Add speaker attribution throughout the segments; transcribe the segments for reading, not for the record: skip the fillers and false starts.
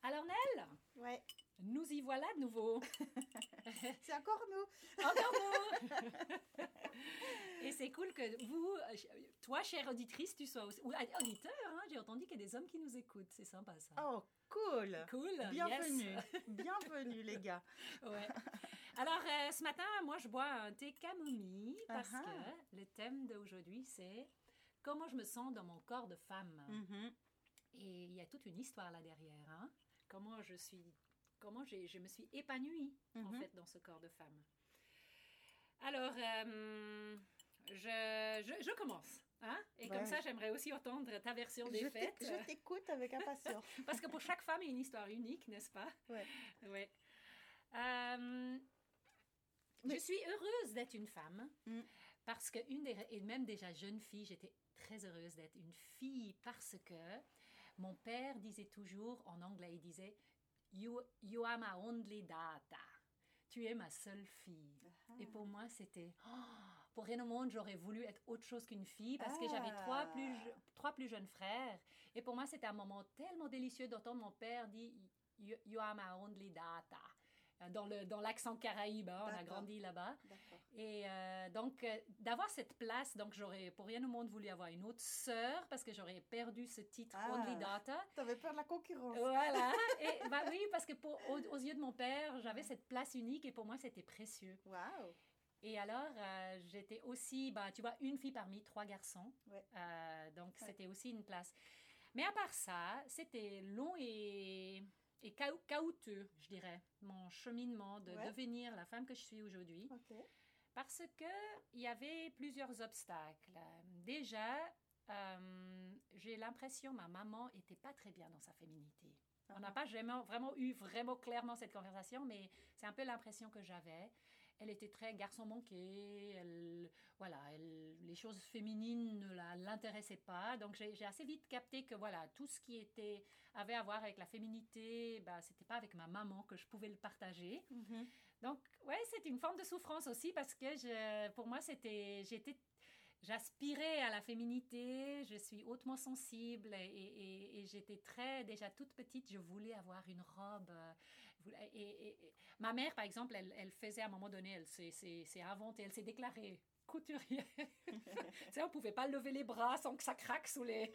Speaker 1: Alors Nel,
Speaker 2: Ouais,
Speaker 1: nous y voilà de nouveau.
Speaker 2: c'est encore nous.
Speaker 1: Encore nous. Et c'est cool que vous, toi, chère auditrice, tu sois aussi... Ou auditeur, hein, j'ai entendu qu'il y a des hommes qui nous écoutent. C'est sympa ça.
Speaker 2: Oh, cool.
Speaker 1: Cool,
Speaker 2: Bienvenue.
Speaker 1: yes.
Speaker 2: Bienvenue, les gars.
Speaker 1: Ouais. Alors, ce matin, moi, je bois un thé camomille parce
Speaker 2: Ah ah.
Speaker 1: que le thème d'aujourd'hui, c'est comment je me sens dans mon corps de femme.
Speaker 2: Mhm.
Speaker 1: Et il y a toute une histoire là derrière. Hein? Comment je me suis épanouie, en fait, dans ce corps de femme. Alors, je commence. Hein? Et
Speaker 2: Ouais.
Speaker 1: comme ça, j'aimerais aussi entendre ta version des faits.
Speaker 2: Je t'écoute avec impatience.
Speaker 1: Parce que pour chaque femme, il y a une histoire unique, n'est-ce pas?
Speaker 2: Ouais.
Speaker 1: Ouais. Je suis heureuse d'être une femme parce que et même déjà jeune fille, j'étais très heureuse d'être une fille parce que mon père disait toujours en anglais, il disait you are my only daughter. Tu es ma seule fille. Et pour moi, c'était pour rien au monde, j'aurais voulu être autre chose qu'une fille parce que j'avais trois plus jeunes frères. Et pour moi, c'était un moment tellement délicieux d'entendre mon père dire you are my only daughter. Dans l'accent caraïbe, hein, on a grandi là-bas.
Speaker 2: D'accord.
Speaker 1: Et donc, d'avoir cette place, donc j'aurais pour rien au monde voulu avoir une autre sœur parce que j'aurais perdu ce titre Only Daughter.
Speaker 2: T'avais peur de la concurrence.
Speaker 1: Voilà. Et bah oui, parce que aux yeux de mon père, j'avais cette place unique et pour moi, c'était précieux.
Speaker 2: Waouh.
Speaker 1: Et alors, j'étais aussi, tu vois, une fille parmi trois garçons.
Speaker 2: Ouais.
Speaker 1: Donc, c'était aussi une place. Mais à part ça, c'était long et caouteux, je dirais, mon cheminement de devenir la femme que je suis aujourd'hui.
Speaker 2: Ok.
Speaker 1: Parce qu'il y avait plusieurs obstacles. Déjà, j'ai l'impression que ma maman n'était pas très bien dans sa féminité. On n'a pas vraiment eu clairement cette conversation, mais c'est un peu l'impression que j'avais. Elle était très garçon manqué, les choses féminines ne l'intéressaient pas. Donc, j'ai assez vite capté que tout ce qui avait à voir avec la féminité, c'était pas avec ma maman que je pouvais le partager.
Speaker 2: Mm-hmm.
Speaker 1: Donc, c'est une forme de souffrance aussi parce que pour moi, j'aspirais à la féminité, je suis hautement sensible et j'étais déjà toute petite, je voulais avoir une robe. Et ma mère, par exemple, elle faisait à un moment donné, elle s'est inventée, elle s'est déclarée couturière. Tu sais, on ne pouvait pas lever les bras sans que ça craque sous les...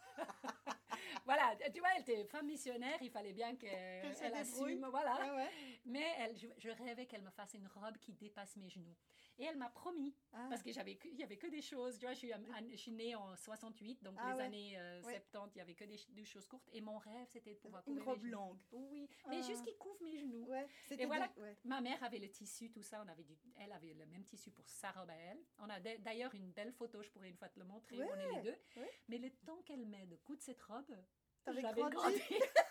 Speaker 1: Voilà, tu vois, elle était femme missionnaire, il fallait bien qu'elle assume, voilà.
Speaker 2: Ouais.
Speaker 1: Mais je rêvais qu'elle me fasse une robe qui dépasse mes genoux. Et elle m'a promis, parce qu'il y avait que des choses, tu vois, je suis née en 68, donc les années 70, il y avait que des choses courtes. Et mon rêve, c'était de pouvoir couvrir
Speaker 2: une robe
Speaker 1: mes genoux.
Speaker 2: longue.
Speaker 1: Oui, mais juste qui couvre mes genoux.
Speaker 2: Ouais,
Speaker 1: et voilà, ma mère avait le tissu, tout ça, elle avait le même tissu pour sa robe à elle. On a d'ailleurs une belle photo, je pourrais une fois te le montrer, on est les deux. Ouais. Mais le temps qu'elle met de coudre cette robe,
Speaker 2: j'avais
Speaker 1: grandi.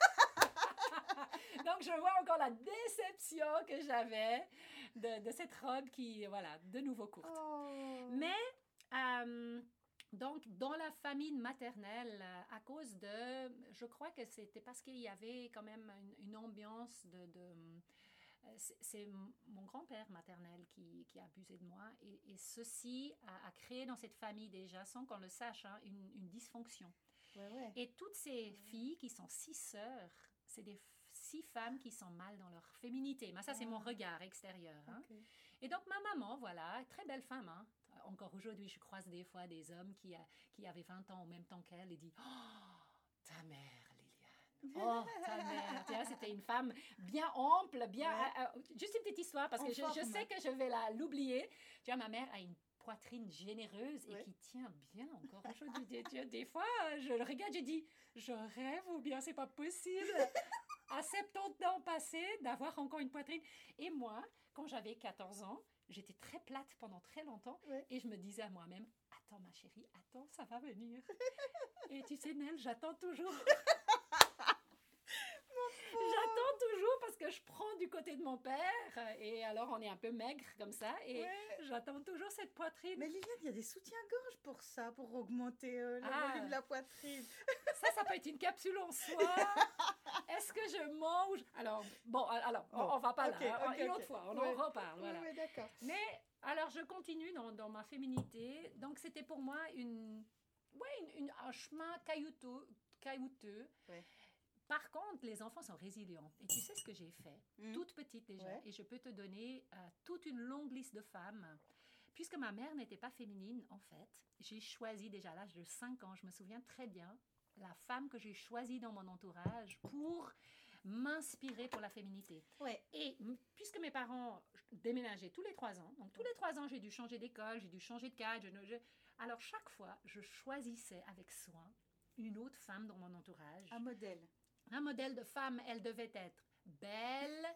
Speaker 1: Donc, je vois encore la déception que j'avais de cette robe qui, de nouveau courte.
Speaker 2: Oh.
Speaker 1: Mais, donc, dans la famille maternelle, à cause je crois que c'était parce qu'il y avait quand même une ambiance c'est mon grand-père maternel qui a abusé de moi et ceci a créé dans cette famille déjà, sans qu'on le sache, une dysfonction.
Speaker 2: Ouais.
Speaker 1: Et toutes ces filles qui sont 6 sœurs, c'est des 6 femmes qui sont mal dans leur féminité. Mais ça, c'est mon regard extérieur. Hein. Okay. Et donc, ma maman, très belle femme. Hein. Encore aujourd'hui, je croise des fois des hommes qui avaient 20 ans au même temps qu'elle et disent « Oh, ta mère, Liliane. Oh, ta mère. » Tu vois, c'était une femme bien ample, bien... juste une petite histoire, parce que je sais que je vais l'oublier. Tu vois, ma mère a une poitrine généreuse et qui tient bien encore aujourd'hui. Des fois, je le regarde, je dis, je rêve ou bien c'est pas possible à 70 ans passés d'avoir encore une poitrine. Et moi, quand j'avais 14 ans, j'étais très plate pendant très longtemps et je me disais à moi-même, attends ma chérie, attends, ça va venir. Et tu sais, Nel, j'attends toujours. J'attends toujours parce que je prends du côté de mon père et alors on est un peu maigre comme ça et j'attends toujours cette poitrine.
Speaker 2: Mais Liliane, il y a des soutiens-gorge pour ça, pour augmenter le volume de la poitrine.
Speaker 1: Ça peut être une capsule en soi. Est-ce que je mange? Alors, on va pas là. Une autre fois, on en reparle. Voilà.
Speaker 2: Oui, d'accord.
Speaker 1: Mais alors, je continue dans ma féminité. Donc, c'était pour moi un chemin caillouteux. Par contre, les enfants sont résilients. Et tu sais ce que j'ai fait, toute petite déjà, et je peux te donner toute une longue liste de femmes. Puisque ma mère n'était pas féminine, en fait, j'ai choisi déjà à l'âge de 5 ans, je me souviens très bien, la femme que j'ai choisie dans mon entourage pour m'inspirer pour la féminité.
Speaker 2: Ouais.
Speaker 1: Et puisque mes parents déménageaient tous les 3 ans, donc tous les 3 ans, j'ai dû changer d'école, j'ai dû changer de cadre. Alors chaque fois, je choisissais avec soin une autre femme dans mon entourage.
Speaker 2: Un modèle.
Speaker 1: Un modèle de femme, elle devait être belle,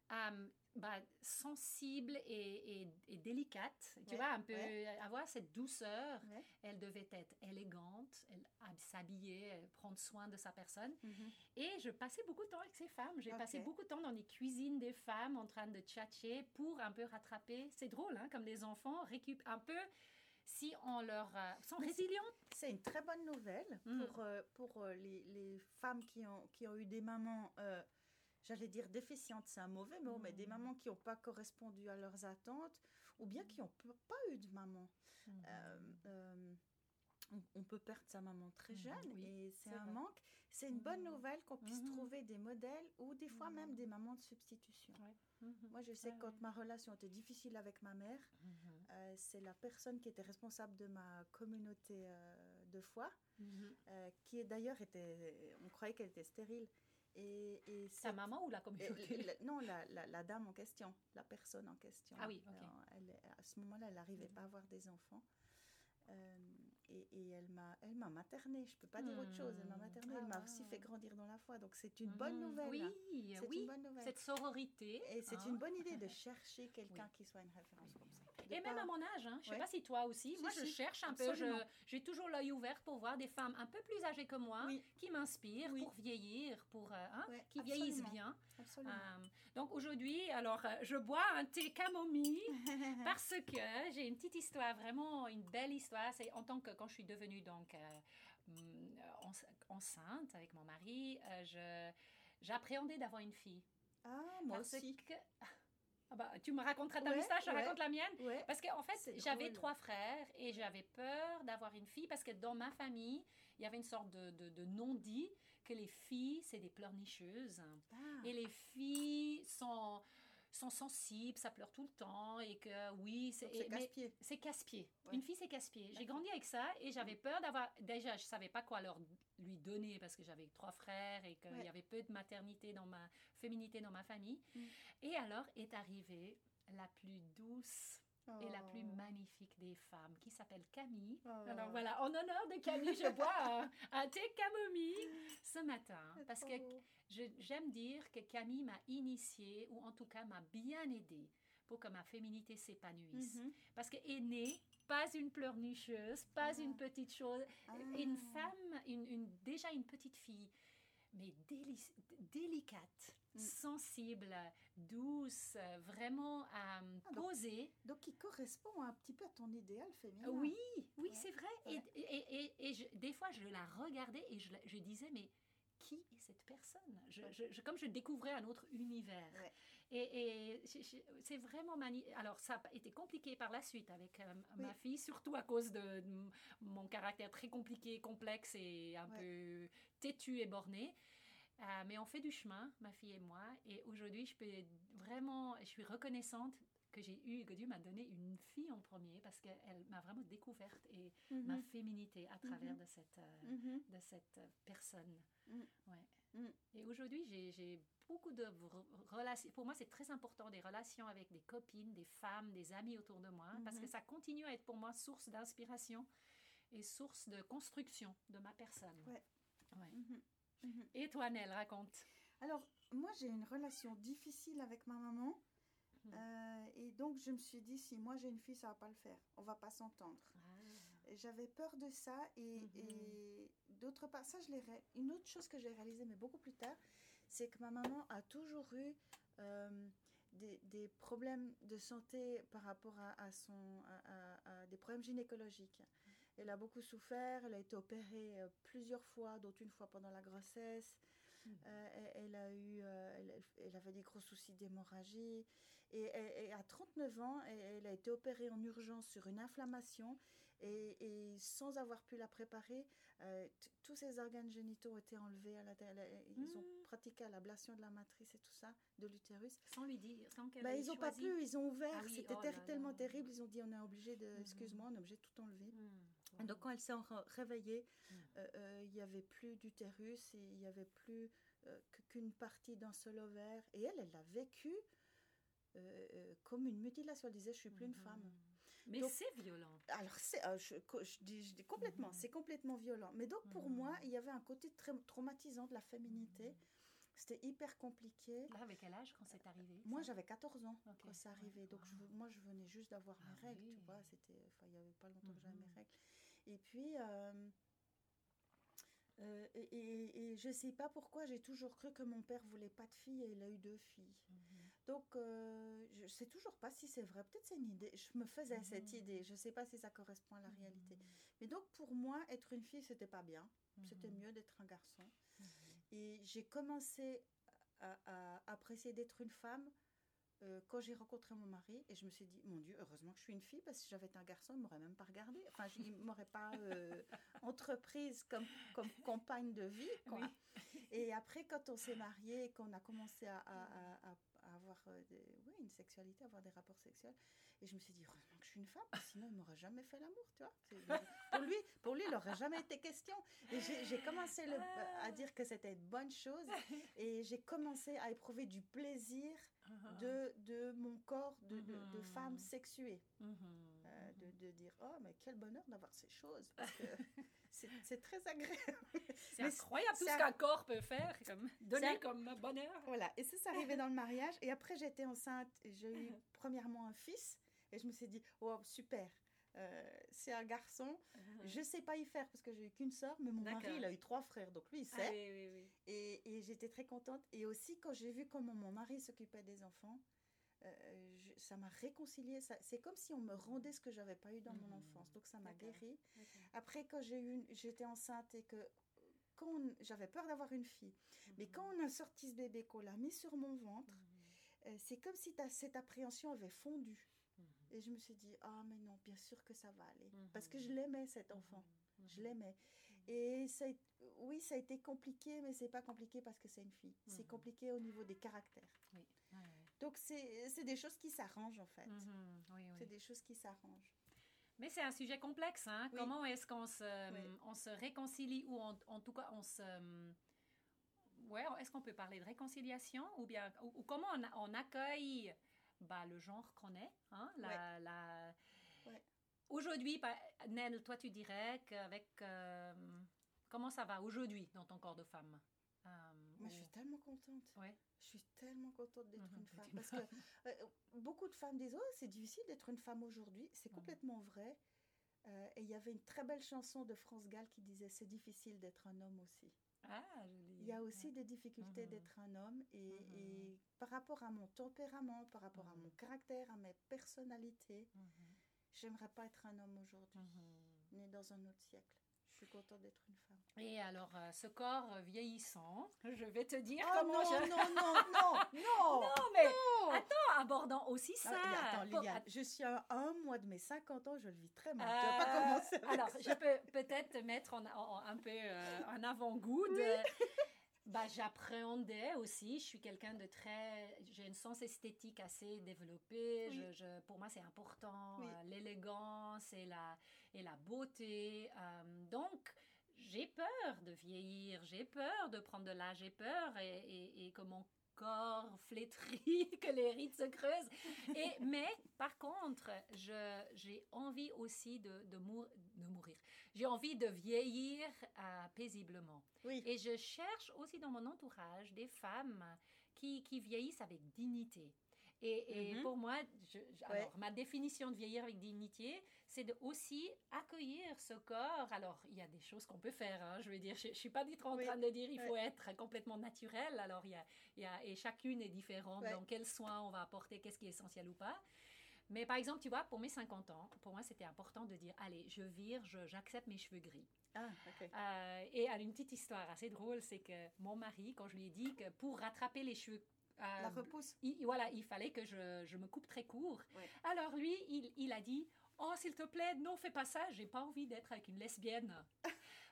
Speaker 1: sensible et délicate, tu vois, un peu avoir cette douceur. Elle devait être élégante, s'habiller, prendre soin de sa personne. Et je passais beaucoup de temps avec ces femmes. J'ai passé beaucoup de temps dans les cuisines des femmes en train de tchatcher pour un peu rattraper. C'est drôle, hein, comme les enfants récupèrent un peu si on leur sont résilients.
Speaker 2: C'est une très bonne nouvelle pour les femmes qui ont eu des mamans, j'allais dire déficientes, c'est un mauvais mot, mais des mamans qui n'ont pas correspondu à leurs attentes ou bien qui n'ont pas eu de maman. On peut perdre sa maman très jeune et c'est un manque. C'est une bonne nouvelle qu'on puisse trouver des modèles ou des fois même des mamans de substitution. Moi, je sais que quand ma relation était difficile avec ma mère, c'est la personne qui était responsable de ma communauté de foi, qui d'ailleurs on croyait qu'elle était stérile. Et
Speaker 1: sa maman ou la communauté?
Speaker 2: Non, la dame en question, la personne en question.
Speaker 1: Ah oui, ok.
Speaker 2: À ce moment-là, elle n'arrivait pas à avoir des enfants. Et elle m'a maternée, je ne peux pas dire autre chose, elle m'a maternée, elle m'a aussi fait grandir dans la foi, donc c'est une bonne nouvelle.
Speaker 1: Oui,
Speaker 2: une bonne nouvelle.
Speaker 1: Cette sororité.
Speaker 2: Et c'est une bonne idée de chercher quelqu'un qui soit une référence comme ça.
Speaker 1: Et même à mon âge, hein, je ne sais pas si toi aussi, moi je cherche un peu, j'ai toujours l'œil ouvert pour voir des femmes un peu plus âgées que moi qui m'inspirent pour vieillir, qui vieillissent bien. Donc aujourd'hui, alors je bois un thé camomille parce que j'ai une petite histoire, vraiment une belle histoire. C'est en tant que quand je suis devenue donc enceinte avec mon mari, j'appréhendais d'avoir une fille.
Speaker 2: Ah, moi aussi.
Speaker 1: Tu me raconteras ta histoire, je te raconte la mienne. Parce qu'en fait, j'avais 3 frères et j'avais peur d'avoir une fille parce que dans ma famille, il y avait une sorte de non-dit que les filles, c'est des pleurnicheuses. Et les filles sont sensibles, ça pleure tout le temps et que oui,
Speaker 2: c'est casse-pied.
Speaker 1: C'est casse-pied. Une fille, c'est casse-pied. J'ai grandi avec ça et j'avais peur d'avoir... Déjà, je ne savais pas quoi lui donner parce que j'avais 3 frères et qu'il y avait peu de maternité féminité dans ma famille. Et alors est arrivée la plus douce et la plus magnifique des femmes qui s'appelle Camille. Alors voilà, en honneur de Camille, je bois un thé camomille ce matin parce que j'aime dire que Camille m'a initiée ou en tout cas m'a bien aidée pour que ma féminité s'épanouisse. Parce qu'elle n'est pas une pleurnicheuse, pas une petite chose, une femme, déjà une petite fille, mais délicate, sensible, douce, vraiment posée.
Speaker 2: Donc, il correspond un petit peu à ton idéal féminin.
Speaker 1: Oui, c'est vrai. Et des fois, je la regardais et je disais, mais qui est cette personne? Comme je découvrais un autre univers. Et c'est vraiment magnifique. Alors, ça a été compliqué par la suite avec ma fille, surtout à cause de mon caractère très compliqué, complexe et un peu têtu et borné. Mais on fait du chemin, ma fille et moi. Et aujourd'hui, je suis reconnaissante que Dieu m'a donné une fille en premier parce qu'elle m'a vraiment découverte et ma féminité à travers de cette personne. Et aujourd'hui, j'ai beaucoup de relations. Pour moi, c'est très important, des relations avec des copines, des femmes, des amis autour de moi, parce que ça continue à être pour moi source d'inspiration et source de construction de ma personne. Et toi, Nel, raconte.
Speaker 2: Alors, moi, j'ai une relation difficile avec ma maman. Et donc, je me suis dit, si moi j'ai une fille, ça ne va pas le faire. On ne va pas s'entendre. J'avais peur de ça. Et d'autre part, une autre chose que j'ai réalisée, mais beaucoup plus tard, c'est que ma maman a toujours eu des problèmes de santé par rapport à des problèmes gynécologiques. Elle a beaucoup souffert, elle a été opérée plusieurs fois, dont une fois pendant la grossesse. Elle avait des gros soucis d'hémorragie. Et à 39 ans, elle a été opérée en urgence sur une inflammation. Et sans avoir pu la préparer, Tous ces organes génitaux ont été enlevés ils ont pratiqué l'ablation de la matrice et tout ça, de l'utérus.
Speaker 1: Sans lui dire, sans qu'elle
Speaker 2: Ils n'ont pas pu, ils ont ouvert.
Speaker 1: Ah oui,
Speaker 2: C'était tellement terrible. Ils ont dit on est obligé excuse-moi, on est obligé de tout enlever. Et donc quand elle s'est réveillée, il n'y avait plus d'utérus, il n'y avait plus qu'une partie d'un seul ovaire. Et elle l'a vécu comme une mutilation. Elle disait je suis plus une femme.
Speaker 1: Mais donc, c'est violent.
Speaker 2: Alors, je dis complètement, c'est complètement violent. Mais donc, pour moi, il y avait un côté très traumatisant de la féminité. C'était hyper compliqué.
Speaker 1: Là, avec quel âge quand c'est arrivé?
Speaker 2: Moi, j'avais 14 ans quand c'est arrivé. Donc, moi, je venais juste d'avoir mes règles, tu vois. Il n'y avait pas longtemps que j'avais mes règles. Et puis... et je ne sais pas pourquoi, j'ai toujours cru que mon père ne voulait pas de filles et il a eu 2 filles. Donc, je ne sais toujours pas si c'est vrai. Peut-être c'est une idée. Je me faisais cette idée. Je ne sais pas si ça correspond à la réalité. Mais donc, pour moi, être une fille, ce n'était pas bien. C'était mieux d'être un garçon. Et j'ai commencé à apprécier d'être une femme quand j'ai rencontré mon mari. Et je me suis dit, mon Dieu, heureusement que je suis une fille, parce que si j'avais été un garçon, il ne m'aurait même pas regardée. Enfin, il ne m'aurait pas entreprise comme compagne de vie, quoi. Oui. Et après, quand on s'est mariés et qu'on a commencé à avoir une sexualité, avoir des rapports sexuels, et je me suis dit, heureusement que je suis une femme, parce que sinon, il ne m'aurait jamais fait l'amour, tu vois. Pour lui, il n'aurait jamais été question. Et j'ai commencé à dire que c'était une bonne chose, et j'ai commencé à éprouver du plaisir de mon corps de femme sexuée. De dire, oh, mais quel bonheur d'avoir ces choses, parce que c'est très agréable.
Speaker 1: C'est incroyable tout ce qu'un corps peut faire, donner comme bonheur.
Speaker 2: Voilà, et ça arrivait dans le mariage, et après j'étais enceinte, et j'ai eu premièrement un fils, et je me suis dit, oh, super, c'est un garçon, je sais pas y faire, parce que j'ai eu qu'une sœur, mais mon mari, il a eu 3 frères, donc lui, il sait.
Speaker 1: Oui.
Speaker 2: Et j'étais très contente, et aussi quand j'ai vu comment mon mari s'occupait des enfants, ça m'a réconciliée. C'est comme si on me rendait ce que j'avais pas eu dans mon enfance. Donc ça m'a guérie. Après, quand j'étais enceinte et que j'avais peur d'avoir une fille, mais quand on a sorti ce bébé, qu'on l'a mis sur mon ventre, c'est comme si cette appréhension avait fondu. Et je me suis dit, ah mais non, bien sûr que ça va aller. Parce que je l'aimais, cet enfant. Je l'aimais. Et ça a été compliqué, mais c'est pas compliqué parce que c'est une fille. C'est compliqué au niveau des caractères.
Speaker 1: Oui.
Speaker 2: Donc, c'est des choses qui s'arrangent, en fait.
Speaker 1: Oui.
Speaker 2: C'est des choses qui s'arrangent.
Speaker 1: Mais c'est un sujet complexe, hein? Oui. Comment est-ce qu'on se réconcilie, ou en tout cas, est-ce qu'on peut parler de réconciliation, ou bien, ou comment on accueille le genre qu'on est, hein? Aujourd'hui, Nel, toi, tu dirais qu'avec... comment ça va aujourd'hui dans ton corps de femme?
Speaker 2: Moi, je suis tellement contente.
Speaker 1: Ouais.
Speaker 2: Je suis tellement contente d'être une femme. Parce que beaucoup de femmes disent, oh, c'est difficile d'être une femme aujourd'hui. C'est complètement vrai. Et il y avait une très belle chanson de France Gall qui disait, c'est difficile d'être un homme aussi.
Speaker 1: Ah, joli.
Speaker 2: Il y a aussi des difficultés d'être un homme. Et par rapport à mon tempérament, par rapport à mon caractère, à mes personnalités, j'aimerais pas être un homme aujourd'hui, né dans un autre siècle. Je suis contente d'être une femme.
Speaker 1: Et alors, ce corps vieillissant, je vais te dire
Speaker 2: comment non,
Speaker 1: mais attends, abordons aussi ça.
Speaker 2: Attends, Liliane, je suis à un mois de mes 50 ans, je le vis très mal. Tu vas pas commencer avec
Speaker 1: alors,
Speaker 2: ça.
Speaker 1: Je peux peut-être mettre un peu un avant-goût de... j'appréhendais aussi, je suis quelqu'un de j'ai un sens esthétique assez développé, pour moi c'est important, l'élégance et la beauté, donc j'ai peur de vieillir, j'ai peur de prendre de l'âge, j'ai peur et que mon corps flétrit, que les rides se creusent, mais par contre j'ai envie aussi de mourir. J'ai envie de vieillir paisiblement.
Speaker 2: Oui.
Speaker 1: Et je cherche aussi dans mon entourage des femmes qui vieillissent avec dignité. Et pour moi, alors, ma définition de vieillir avec dignité, c'est de aussi accueillir ce corps. Alors, il y a des choses qu'on peut faire. Hein, je veux dire, je ne suis pas du tout en train de dire il faut être complètement naturel. Alors, et chacune est différente. Dans quels soins on va apporter, qu'est-ce qui est essentiel ou pas. Mais par exemple, tu vois, pour mes 50 ans, pour moi, c'était important de dire, allez, je vire, j'accepte mes cheveux gris.
Speaker 2: Ah, ok.
Speaker 1: Et une petite histoire assez drôle, c'est que mon mari, quand je lui ai dit que pour rattraper les cheveux,
Speaker 2: la repousse.
Speaker 1: Il fallait que je me coupe très court. Ouais. Alors lui, il a dit, oh, s'il te plaît, non, fais pas ça, j'ai pas envie d'être avec une lesbienne.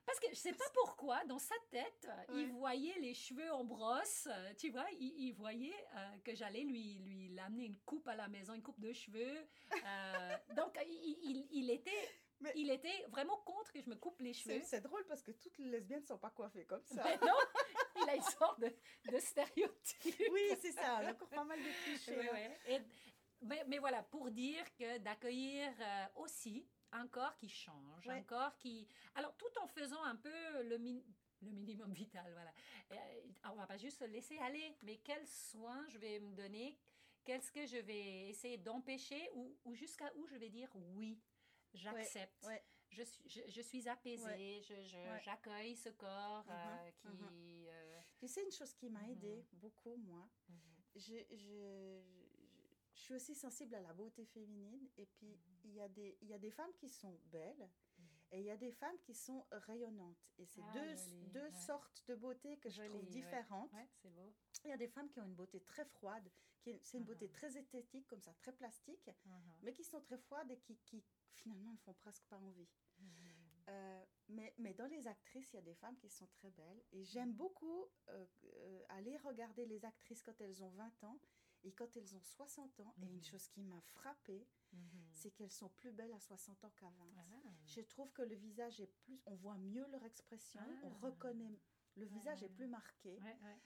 Speaker 1: Parce que je ne sais pas pourquoi, dans sa tête, il voyait les cheveux en brosse, tu vois, il voyait que j'allais lui l'amener une coupe à la maison, une coupe de cheveux. Donc, il était vraiment contre que je me coupe les cheveux.
Speaker 2: C'est drôle parce que toutes les lesbiennes ne sont pas coiffées comme ça.
Speaker 1: Mais non, il a une sorte de stéréotype.
Speaker 2: Oui, c'est ça, il y a encore pas mal de clichés.
Speaker 1: Mais voilà, pour dire que d'accueillir aussi un corps qui change, un corps qui... Alors, tout en faisant un peu le minimum vital, voilà. On ne va pas juste se laisser aller, mais quels soins je vais me donner, qu'est-ce que je vais essayer d'empêcher ou jusqu'à où je vais dire oui, j'accepte. Je suis apaisée, j'accueille ce corps qui...
Speaker 2: Tu sais, une chose qui m'a aidée beaucoup, moi, je suis aussi sensible à la beauté féminine et puis il y a des femmes qui sont belles et il y a des femmes qui sont rayonnantes. Et c'est deux sortes de beauté que je trouve différentes.
Speaker 1: Ouais, c'est beau.
Speaker 2: Il y a des femmes qui ont une beauté très froide, c'est une beauté très esthétique, comme ça, très plastique, mais qui sont très froides et qui finalement ne font presque pas envie. Mais dans les actrices, il y a des femmes qui sont très belles. Et j'aime beaucoup aller regarder les actrices quand elles ont 20 ans et quand elles ont 60 ans. Et une chose qui m'a frappée, c'est qu'elles sont plus belles à 60 ans qu'à 20. Je trouve que le visage est plus... On voit mieux leur expression, on reconnaît... Le visage est plus marqué.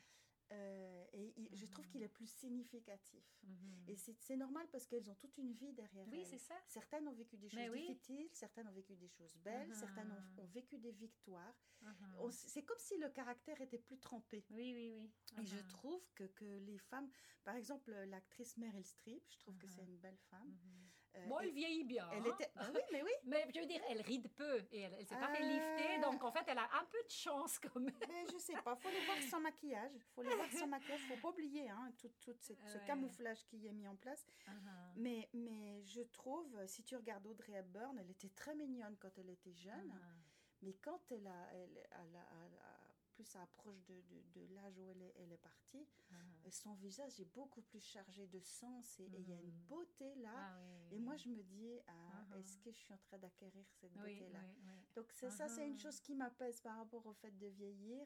Speaker 2: Je trouve qu'il est plus significatif. Et c'est normal parce qu'elles ont toute une vie derrière elles.
Speaker 1: Oui, c'est ça.
Speaker 2: Certaines ont vécu des choses difficiles, certaines ont vécu des choses belles, certaines ont vécu des victoires. C'est comme si le caractère était plus trempé.
Speaker 1: Oui.
Speaker 2: Et je trouve que les femmes... Par exemple, l'actrice Meryl Streep, je trouve que c'est une belle femme.
Speaker 1: Bon, elle vieillit bien.
Speaker 2: Elle était... oui, mais oui.
Speaker 1: Mais je veux dire, elle ride peu et elle ne s'est pas fait lifter. Donc, en fait, elle a un peu de chance quand même.
Speaker 2: Mais je ne sais pas. Il faut les voir sans maquillage. Il ne faut pas oublier tout ce camouflage qui est mis en place. Mais je trouve, si tu regardes Audrey Hepburn, elle était très mignonne quand elle était jeune. Mais quand elle plus ça approche de l'âge où elle est partie, son visage est beaucoup plus chargé de sens et il y a une beauté là. Et moi, je me dis, est-ce que je suis en train d'acquérir cette beauté-là? Donc, ça, c'est une chose qui m'apaise par rapport au fait de vieillir.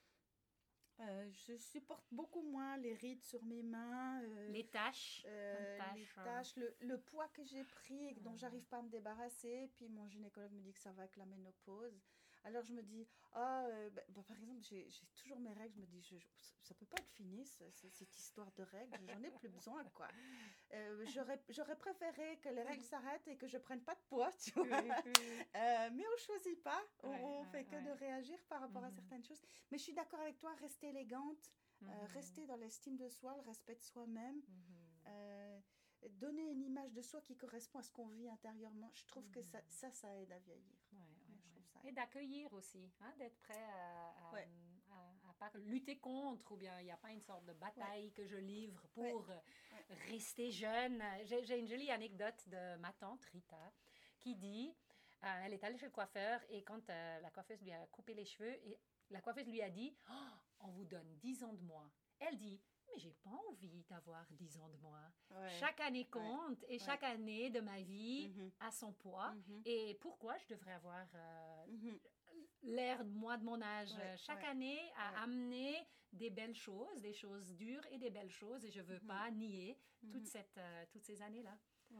Speaker 2: Je supporte beaucoup moins les rides sur mes mains.
Speaker 1: Les taches.
Speaker 2: Le poids que j'ai pris et dont j'arrive pas à me débarrasser. Puis mon gynécologue me dit que ça va avec la ménopause. Alors je me dis, par exemple, j'ai toujours mes règles. Je me dis, ça peut pas être fini, cette histoire de règles. J'en ai plus besoin, quoi. J'aurais préféré que les règles s'arrêtent et que je prenne pas de poids, tu vois. Mais on choisit pas. On fait que de réagir par rapport à certaines choses. Mais je suis d'accord avec toi, rester élégante, rester dans l'estime de soi, le respect de soi-même. Donner une image de soi qui correspond à ce qu'on vit intérieurement, je trouve que ça aide à vieillir.
Speaker 1: Et d'accueillir aussi, d'être prêt à pas lutter contre, ou bien il n'y a pas une sorte de bataille que je livre pour rester jeune. J'ai une jolie anecdote de ma tante Rita qui dit, elle est allée chez le coiffeur et quand la coiffeuse lui a coupé les cheveux, et la coiffeuse lui a dit, on vous donne 10 ans de moins. Elle dit, mais j'ai pas envie d'avoir 10 ans de moins. Chaque année compte et chaque année de ma vie a son poids. Et pourquoi je devrais avoir l'air, moi, de mon âge? Chaque année a amené des belles choses, des choses dures et des belles choses. Et je veux pas nier toutes ces années-là.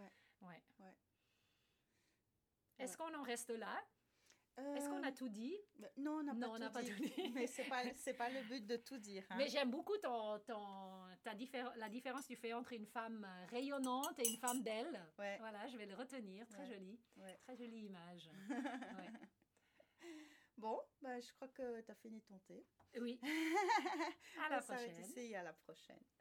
Speaker 1: Est-ce qu'on en reste là? Est-ce qu'on a tout dit?
Speaker 2: Non, on n'a pas tout dit. Mais c'est pas le but de tout dire.
Speaker 1: Mais j'aime beaucoup la différence que tu fais entre une femme rayonnante et une femme belle. Voilà, je vais le retenir. Très joli. Très jolie image.
Speaker 2: Bon, je crois que tu as fini ton thé.
Speaker 1: Oui. À la prochaine.
Speaker 2: Ça va être ici, à la prochaine.